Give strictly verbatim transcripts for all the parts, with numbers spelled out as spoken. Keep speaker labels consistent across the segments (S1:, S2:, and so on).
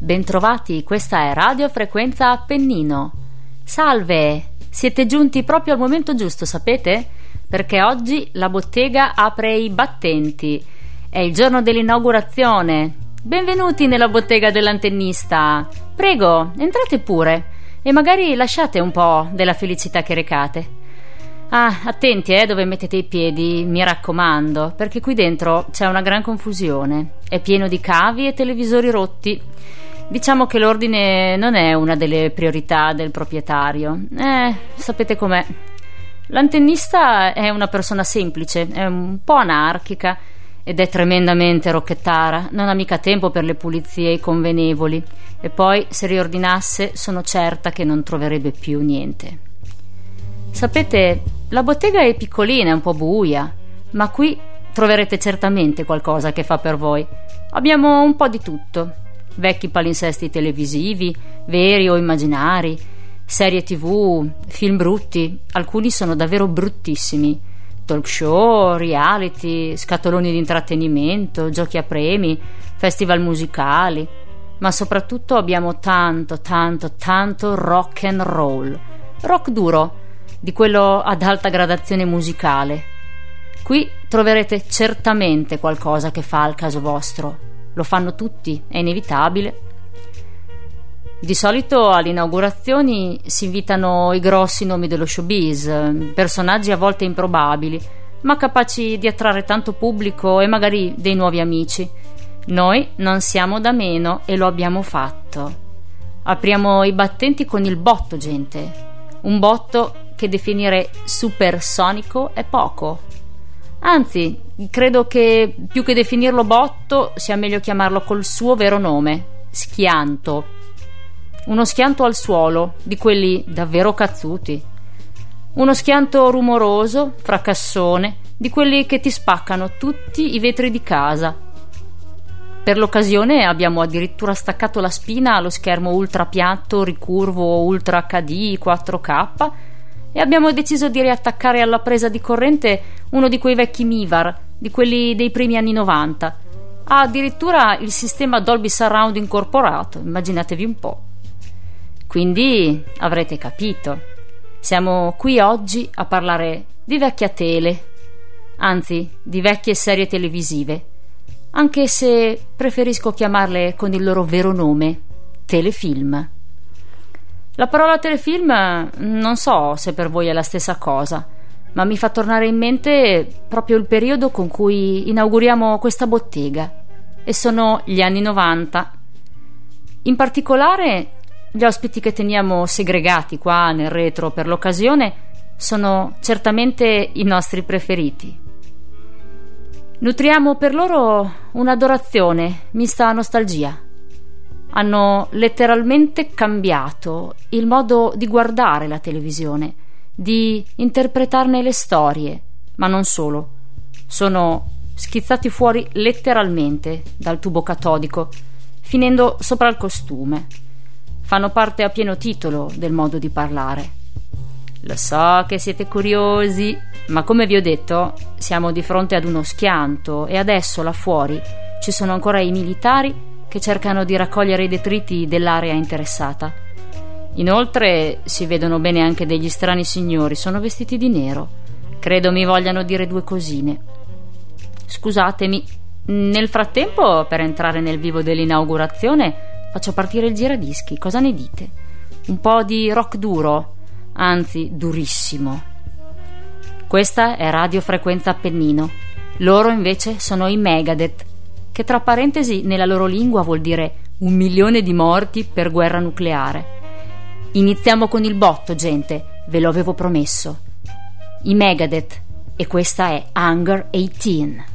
S1: Bentrovati, questa è Radio Frequenza Appennino. Salve, siete giunti proprio al momento giusto, sapete? Perché oggi la bottega apre i battenti. È il giorno dell'inaugurazione. Benvenuti nella bottega dell'antennista. Prego, entrate pure e magari lasciate un po' della felicità che recate. Ah, attenti eh, dove mettete i piedi, mi raccomando, perché qui dentro c'è una gran confusione. È pieno di cavi e televisori rotti. Diciamo che l'ordine non è una delle priorità del proprietario. Eh, sapete com'è. L'antennista è una persona semplice, è un po' anarchica ed è tremendamente rocchettara. Non ha mica tempo per le pulizie convenevoli. E poi, se riordinasse, sono certa che non troverebbe più niente. Sapete, la bottega è piccolina, è un po' buia, ma qui troverete certamente qualcosa che fa per voi. Abbiamo un po' di tutto: vecchi palinsesti televisivi, veri o immaginari, serie tv, film brutti, alcuni sono davvero bruttissimi, talk show, reality, scatoloni di intrattenimento, giochi a premi, festival musicali, ma soprattutto abbiamo tanto, tanto, tanto rock and roll, rock duro, di quello ad alta gradazione musicale. Qui troverete certamente qualcosa che fa al caso vostro. Lo fanno tutti, è inevitabile. Di solito alle inaugurazioni si invitano i grossi nomi dello showbiz, personaggi a volte improbabili, ma capaci di attrarre tanto pubblico e magari dei nuovi amici. Noi non siamo da meno e lo abbiamo fatto. Apriamo i battenti con il botto, gente. Un botto che definire supersonico è poco. Anzi, credo che più che definirlo botto sia meglio chiamarlo col suo vero nome: schianto. Uno schianto al suolo, di quelli davvero cazzuti. Uno schianto rumoroso, fracassone, di quelli che ti spaccano tutti i vetri di casa. Per l'occasione abbiamo addirittura staccato la spina allo schermo ultra piatto, ricurvo, ultra acca di, quattro K, e abbiamo deciso di riattaccare alla presa di corrente uno di quei vecchi Mivar, di quelli dei primi anni novanta. Ha addirittura il sistema Dolby Surround incorporato, immaginatevi un po'. Quindi avrete capito, siamo qui oggi a parlare di vecchia tele, anzi di vecchie serie televisive, anche se preferisco chiamarle con il loro vero nome: telefilm. La parola telefilm non so se per voi è la stessa cosa, ma mi fa tornare in mente proprio il periodo con cui inauguriamo questa bottega, e sono gli anni novanta. In particolare, gli ospiti che teniamo segregati qua nel retro per l'occasione sono certamente i nostri preferiti. Nutriamo per loro un'adorazione mista a nostalgia. Hanno letteralmente cambiato il modo di guardare la televisione, di interpretarne le storie, ma non solo. Sono schizzati fuori letteralmente dal tubo catodico, finendo sopra il costume. Fanno parte a pieno titolo del modo di parlare. Lo so che siete curiosi, ma come vi ho detto, siamo di fronte ad uno schianto e adesso là fuori ci sono ancora i militari che cercano di raccogliere i detriti dell'area interessata. Inoltre si vedono bene anche degli strani signori, sono vestiti di nero. Credo mi vogliano dire due cosine. Scusatemi, nel frattempo, per entrare nel vivo dell'inaugurazione, faccio partire il giradischi. Cosa ne dite? Un po' di rock duro, anzi durissimo. Questa è Radio Frequenza Appennino. Loro invece sono i Megadeth, che tra parentesi nella loro lingua vuol dire un milione di morti per guerra nucleare. Iniziamo con il botto, gente, ve lo avevo promesso. I Megadeth, e questa è Hunger diciotto.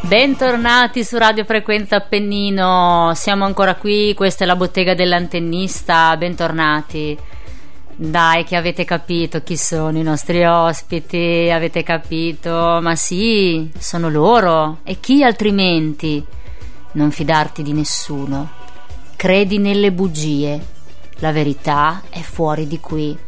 S1: Bentornati su Radio Frequenza Appennino, siamo ancora qui, questa è la bottega dell'antennista, bentornati. Dai che avete capito chi sono i nostri ospiti, avete capito? Ma sì, sono loro, e chi altrimenti? Non fidarti di nessuno, credi nelle bugie, la verità è fuori di qui.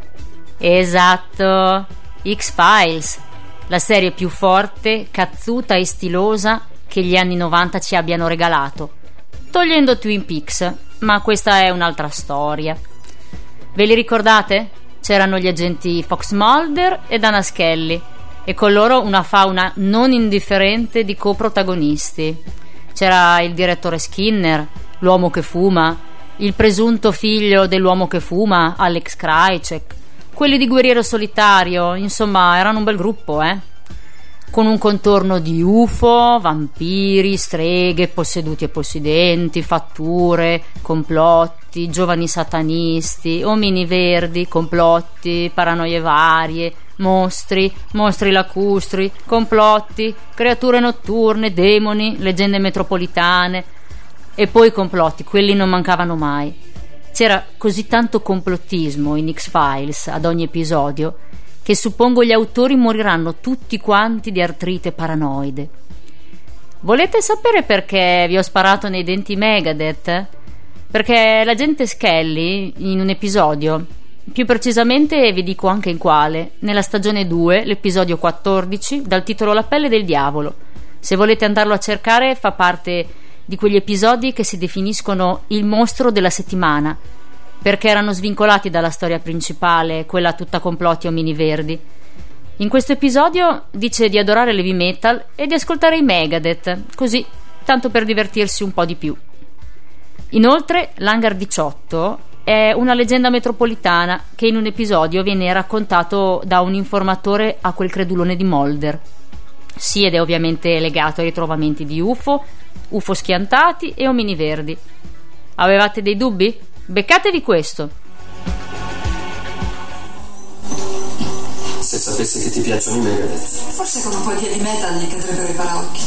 S1: Esatto, X-Files, la serie più forte, cazzuta e stilosa che gli anni novanta ci abbiano regalato, togliendo Twin Peaks, ma questa è un'altra storia. Ve li ricordate? C'erano gli agenti Fox Mulder e Dana Scully, e con loro una fauna non indifferente di coprotagonisti. C'era il direttore Skinner, l'uomo che fuma, il presunto figlio dell'uomo che fuma, Alex Krycek, quelli di Guerriero Solitario, insomma erano un bel gruppo, eh? Con un contorno di U F O, vampiri, streghe, posseduti e possidenti, fatture, complotti, giovani satanisti, omini verdi, complotti, paranoie varie, mostri, mostri lacustri, complotti, creature notturne, demoni, leggende metropolitane e poi complotti, quelli non mancavano mai. C'era così tanto complottismo in X-Files ad ogni episodio che suppongo gli autori moriranno tutti quanti di artrite paranoide. Volete sapere perché vi ho sparato nei denti Megadeth? Perché l'agente Scully in un episodio, più precisamente vi dico anche in quale, nella stagione due, l'episodio quattordici, dal titolo La pelle del diavolo. Se volete andarlo a cercare, fa parte di quegli episodi che si definiscono il mostro della settimana, perché erano svincolati dalla storia principale, quella tutta complotti e omini verdi. In questo episodio dice di adorare l'heavy metal e di ascoltare i Megadeth, così, tanto per divertirsi un po' di più. Inoltre, l'Hangar diciotto è una leggenda metropolitana che in un episodio viene raccontato da un informatore a quel credulone di Mulder. Sì, ed è ovviamente legato ai ritrovamenti di U F O, U F O schiantati e omini verdi. Avevate dei dubbi? Beccatevi questo.
S2: Se sapessi che ti piacciono i Megadeth.
S3: Forse con un po' di heavy metal gli cadrebbero i paraocchi.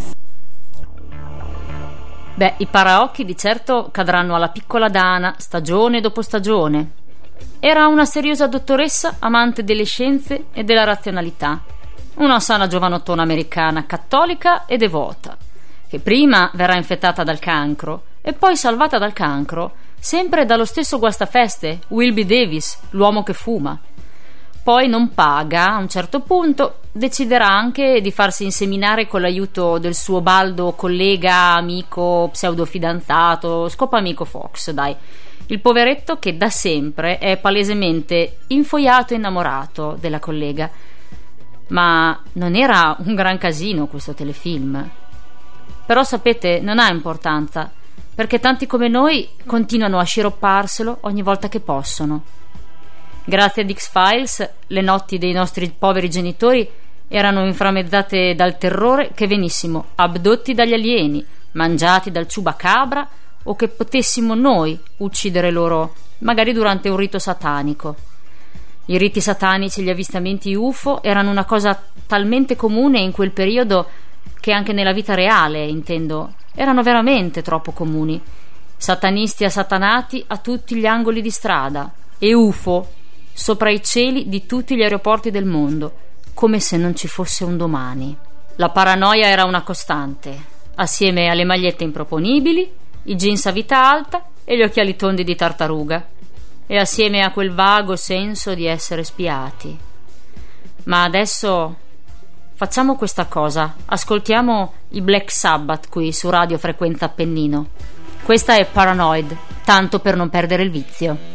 S1: Beh, i paraocchi di certo cadranno alla piccola Dana, stagione dopo stagione. Era una seriosa dottoressa amante delle scienze e della razionalità. Una sana giovanottona americana, cattolica e devota, che prima verrà infettata dal cancro e poi salvata dal cancro sempre dallo stesso guastafeste, Wilby Davis, l'uomo che fuma. Poi non paga, a un certo punto deciderà anche di farsi inseminare con l'aiuto del suo baldo collega, amico, pseudofidanzato, scopamico Fox, dai. Il poveretto che da sempre è palesemente infoiato e innamorato della collega. Ma non era un gran casino questo telefilm. Però sapete, non ha importanza, perché tanti come noi continuano a sciropparselo ogni volta che possono. Grazie ad X-Files, le notti dei nostri poveri genitori erano inframmezzate dal terrore che venissimo abdotti dagli alieni, mangiati dal ciubacabra, o che potessimo noi uccidere loro, magari durante un rito satanico. I riti satanici e gli avvistamenti U F O erano una cosa talmente comune in quel periodo che anche nella vita reale, intendo, erano veramente troppo comuni. Satanisti assatanati a tutti gli angoli di strada e U F O sopra i cieli di tutti gli aeroporti del mondo, come se non ci fosse un domani. La paranoia era una costante, assieme alle magliette improponibili, i jeans a vita alta e gli occhiali tondi di tartaruga, e assieme a quel vago senso di essere spiati. Ma adesso facciamo questa cosa, ascoltiamo i Black Sabbath qui su Radio Frequenza Appennino. Questa è Paranoid, tanto per non perdere il vizio.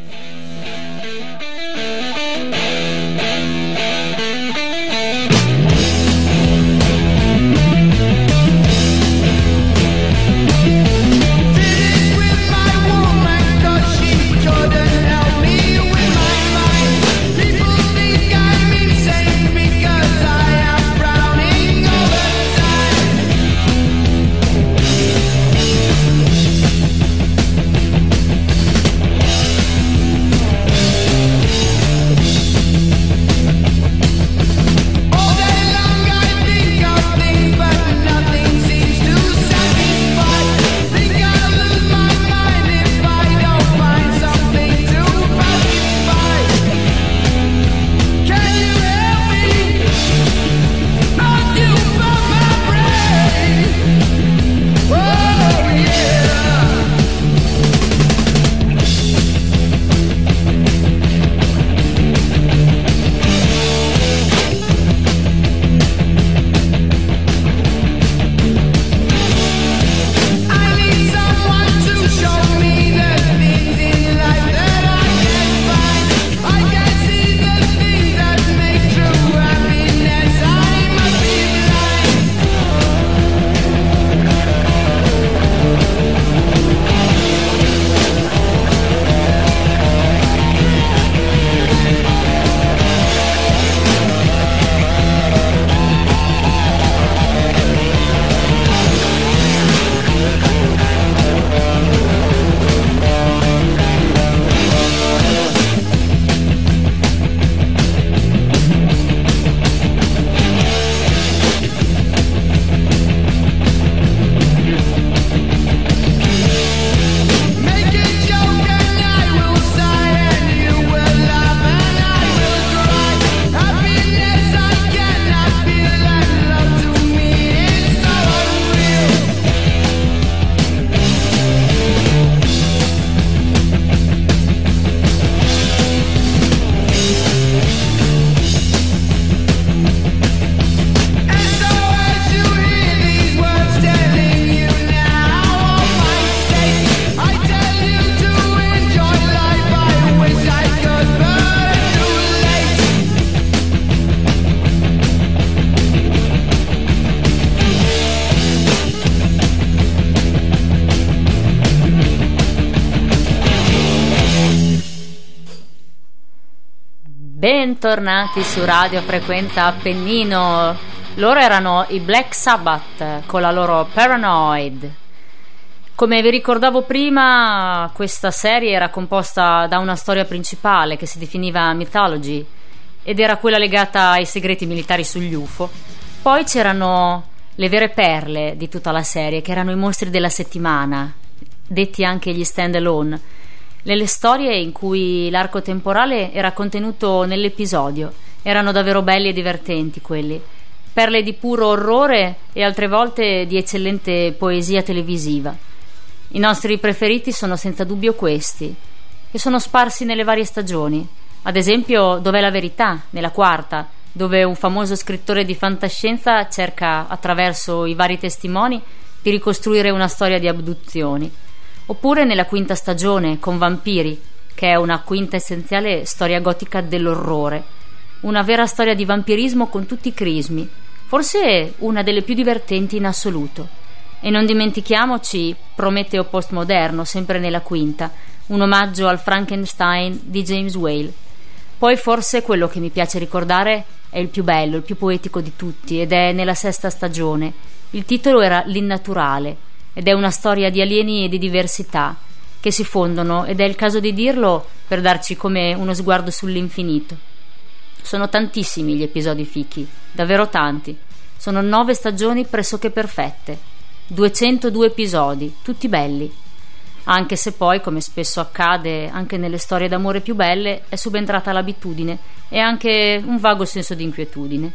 S1: Bentornati su Radio Frequenza Appennino. Loro erano i Black Sabbath con la loro Paranoid. Come vi ricordavo prima, questa serie era composta da una storia principale che si definiva Mythology ed era quella legata ai segreti militari sugli U F O. Poi c'erano le vere perle di tutta la serie, che erano i mostri della settimana, detti anche gli stand-alone, nelle storie in cui l'arco temporale era contenuto nell'episodio. Erano davvero belli e divertenti quelli, perle di puro orrore e altre volte di eccellente poesia televisiva. I nostri preferiti sono senza dubbio questi, e sono sparsi nelle varie stagioni. Ad esempio Dov'è la verità, nella quarta, dove un famoso scrittore di fantascienza cerca, attraverso i vari testimoni, di ricostruire una storia di abduzioni. Oppure nella quinta stagione con Vampiri, che è una quinta essenziale storia gotica dell'orrore, una vera storia di vampirismo con tutti i crismi, forse una delle più divertenti in assoluto. E non dimentichiamoci Prometeo postmoderno, sempre nella quinta, un omaggio al Frankenstein di James Whale. Poi forse quello che mi piace ricordare è il più bello, il più poetico di tutti, ed è nella sesta stagione. Il titolo era L'Innaturale, ed è una storia di alieni e di diversità che si fondono, ed è il caso di dirlo per darci come uno sguardo sull'infinito. Sono tantissimi gli episodi fichi, davvero tanti. Sono nove stagioni pressoché perfette, duecentodue episodi, tutti belli. Anche se poi, come spesso accade anche nelle storie d'amore più belle, è subentrata l'abitudine e anche un vago senso di inquietudine.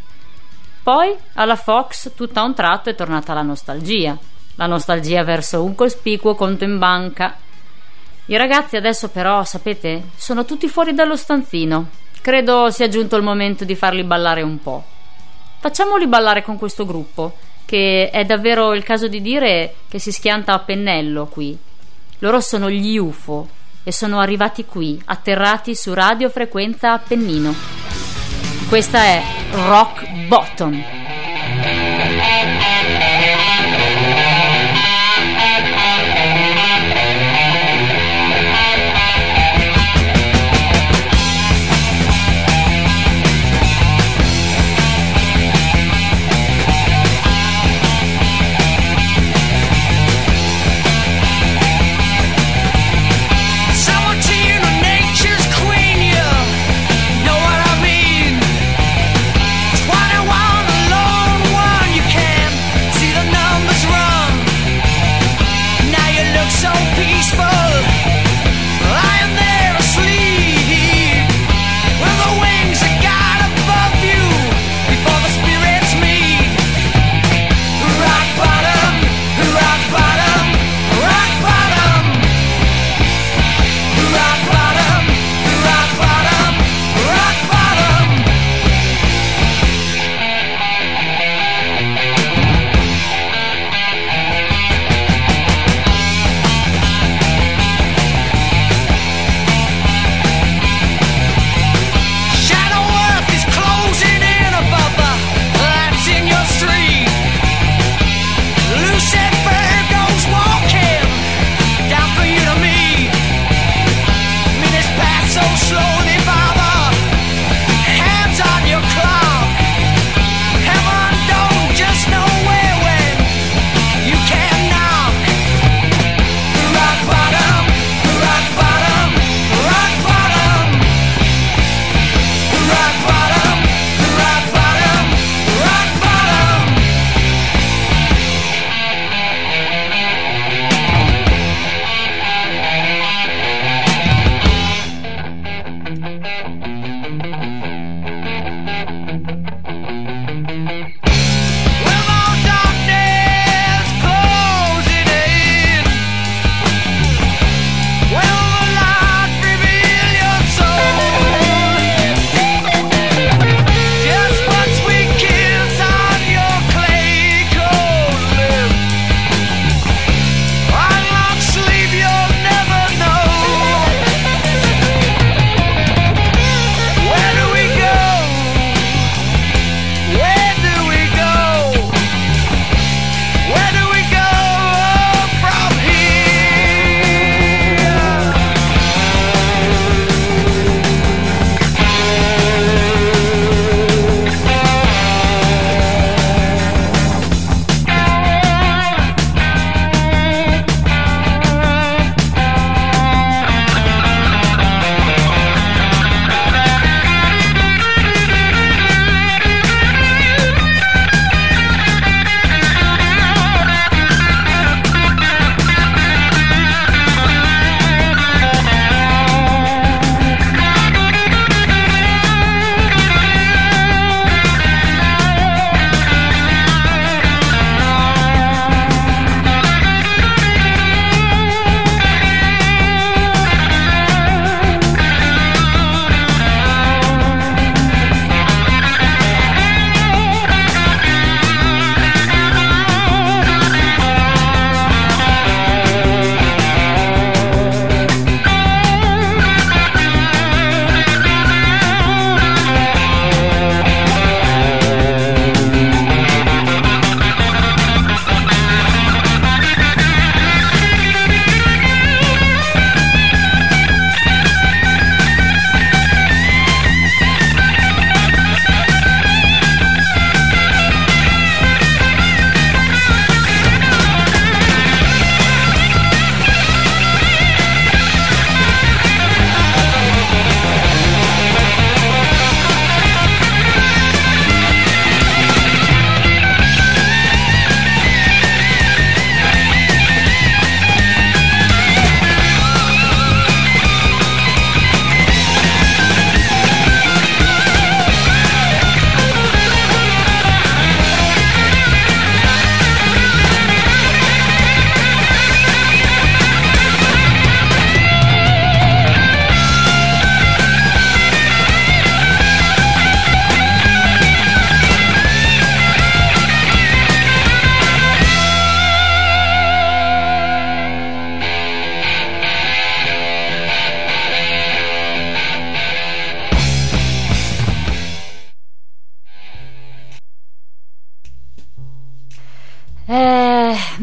S1: Poi alla Fox tutto a un tratto è tornata la nostalgia. La nostalgia verso un cospicuo conto in banca. I ragazzi adesso però, sapete, sono tutti fuori dallo stanzino. Credo sia giunto il momento di farli ballare un po'. Facciamoli ballare con questo gruppo, che è davvero il caso di dire che si schianta a pennello qui. Loro sono gli U F O e sono arrivati qui, atterrati su Radio Frequenza Appennino. Questa è Rock Bottom.
S4: Know what I mean? twenty-one alone.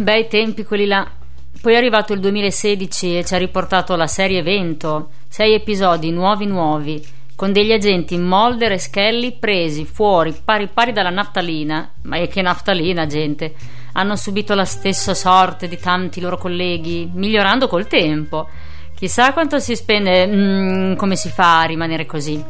S1: bei tempi quelli là. Poi è arrivato il duemilasedici e ci ha riportato la serie Evento, sei episodi nuovi nuovi, con degli agenti Mulder e Scully presi fuori pari pari dalla naftalina. Ma è che naftalina, gente! Hanno subito la stessa sorte di tanti loro colleghi, migliorando col tempo. Chissà quanto si spende, mm, come si fa a rimanere così.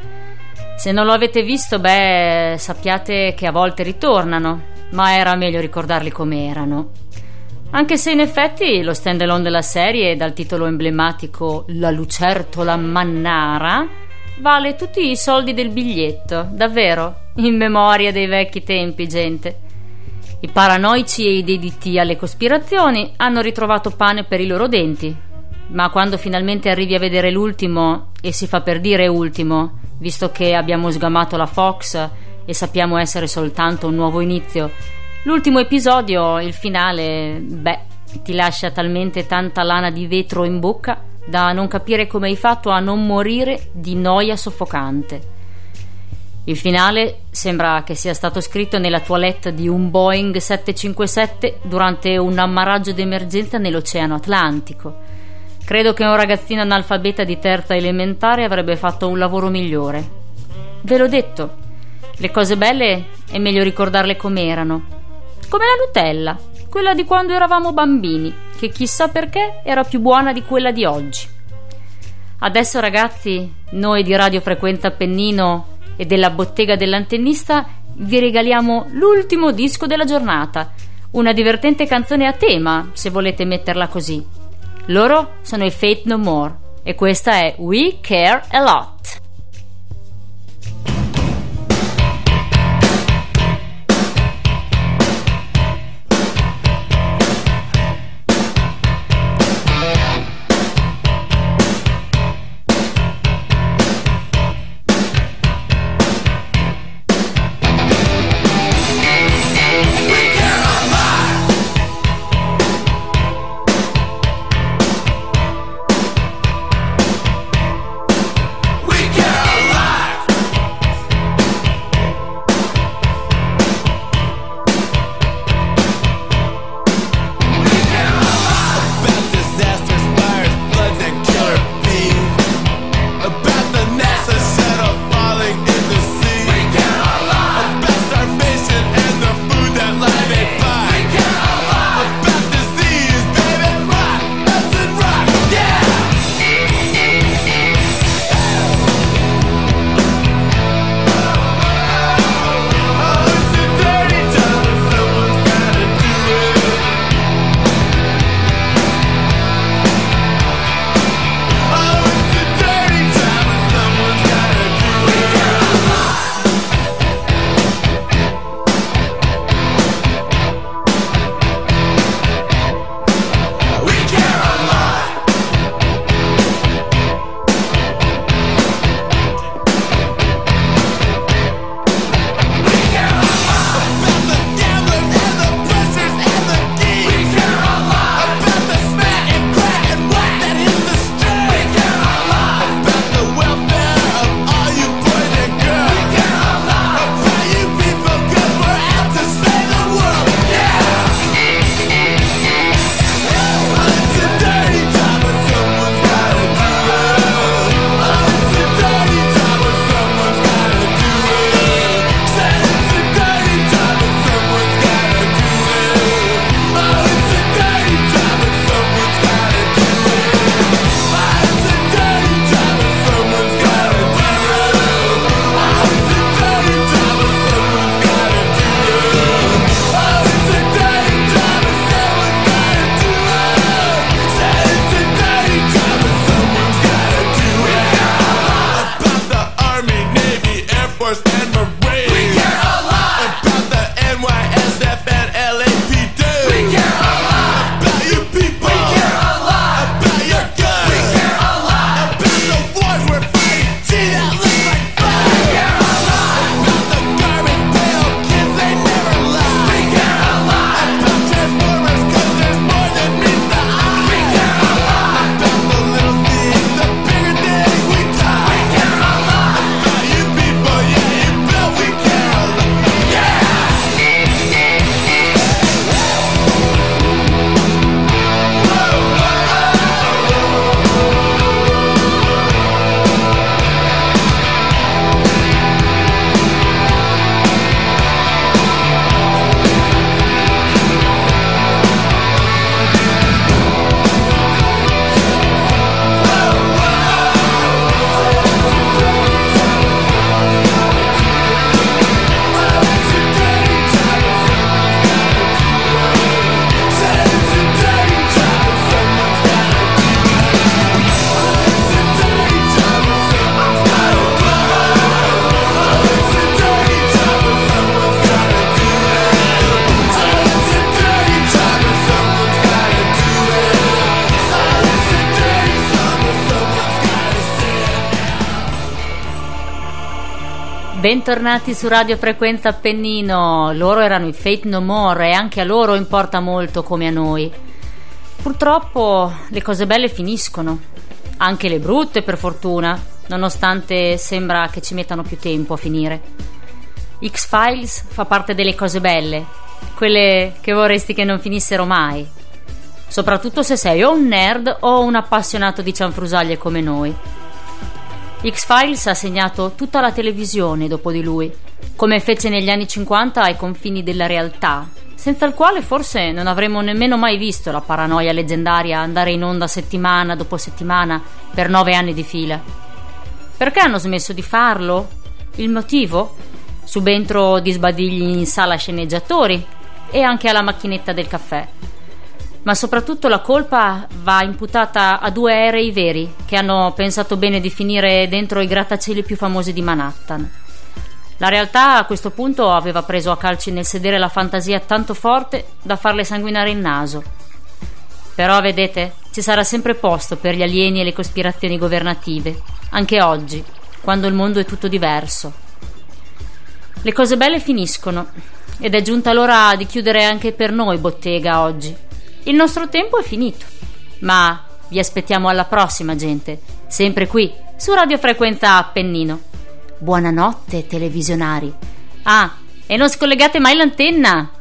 S1: Se non lo avete visto, beh, sappiate che a volte ritornano, ma era meglio ricordarli come erano. Anche se in effetti lo stand-alone della serie, dal titolo emblematico La lucertola mannara, vale tutti i soldi del biglietto, davvero, in memoria dei vecchi tempi, gente. I paranoici e i dediti alle cospirazioni hanno ritrovato pane per i loro denti, ma quando finalmente arrivi a vedere l'ultimo, e si fa per dire ultimo, visto che abbiamo sgamato la Fox e sappiamo essere soltanto un nuovo inizio, l'ultimo episodio, il finale, beh, ti lascia talmente tanta lana di vetro in bocca da non capire come hai fatto a non morire di noia soffocante. Il finale sembra che sia stato scritto nella toilette di un Boeing sette cinque sette durante un ammaraggio d'emergenza nell'Oceano Atlantico. Credo che un ragazzino analfabeta di terza elementare avrebbe fatto un lavoro migliore. Ve l'ho detto, le cose belle è meglio ricordarle come erano. Come la Nutella, quella di quando eravamo bambini, che chissà perché era più buona di quella di oggi. Adesso, ragazzi, noi di Radio Frequenza Appennino e della Bottega dell'Antennista vi regaliamo l'ultimo disco della giornata, una divertente canzone a tema, se volete metterla così. Loro sono i Faith No More e questa è We Care A Lot.
S4: We
S1: Bentornati su Radio Frequenza Appennino. Loro erano i Faith No More e anche a loro importa molto come a noi. Purtroppo le cose belle finiscono, anche le brutte per fortuna, nonostante sembra che ci mettano più tempo a finire. X-Files fa parte delle cose belle, quelle che vorresti che non finissero mai, soprattutto se sei o un nerd o un appassionato di cianfrusaglie come noi. X-Files ha segnato tutta la televisione dopo di lui, come fece negli anni cinquanta ai confini della realtà, senza il quale forse non avremmo nemmeno mai visto la paranoia leggendaria andare in onda settimana dopo settimana per nove anni di fila. Perché hanno smesso di farlo? Il motivo? Subentro di sbadigli in sala sceneggiatori e anche alla macchinetta del caffè. Ma soprattutto la colpa va imputata a due aerei veri che hanno pensato bene di finire dentro i grattacieli più famosi di Manhattan. La realtà a questo punto aveva preso a calci nel sedere la fantasia tanto forte da farle sanguinare il naso. Però vedete, ci sarà sempre posto per gli alieni e le cospirazioni governative, anche oggi, quando il mondo è tutto diverso. Le cose belle finiscono ed è giunta l'ora di chiudere anche per noi bottega oggi. Il nostro tempo è finito, ma vi aspettiamo alla prossima, gente, sempre qui su Radio Frequenza Appennino. Buonanotte televisionari. Ah, e non scollegate mai l'antenna!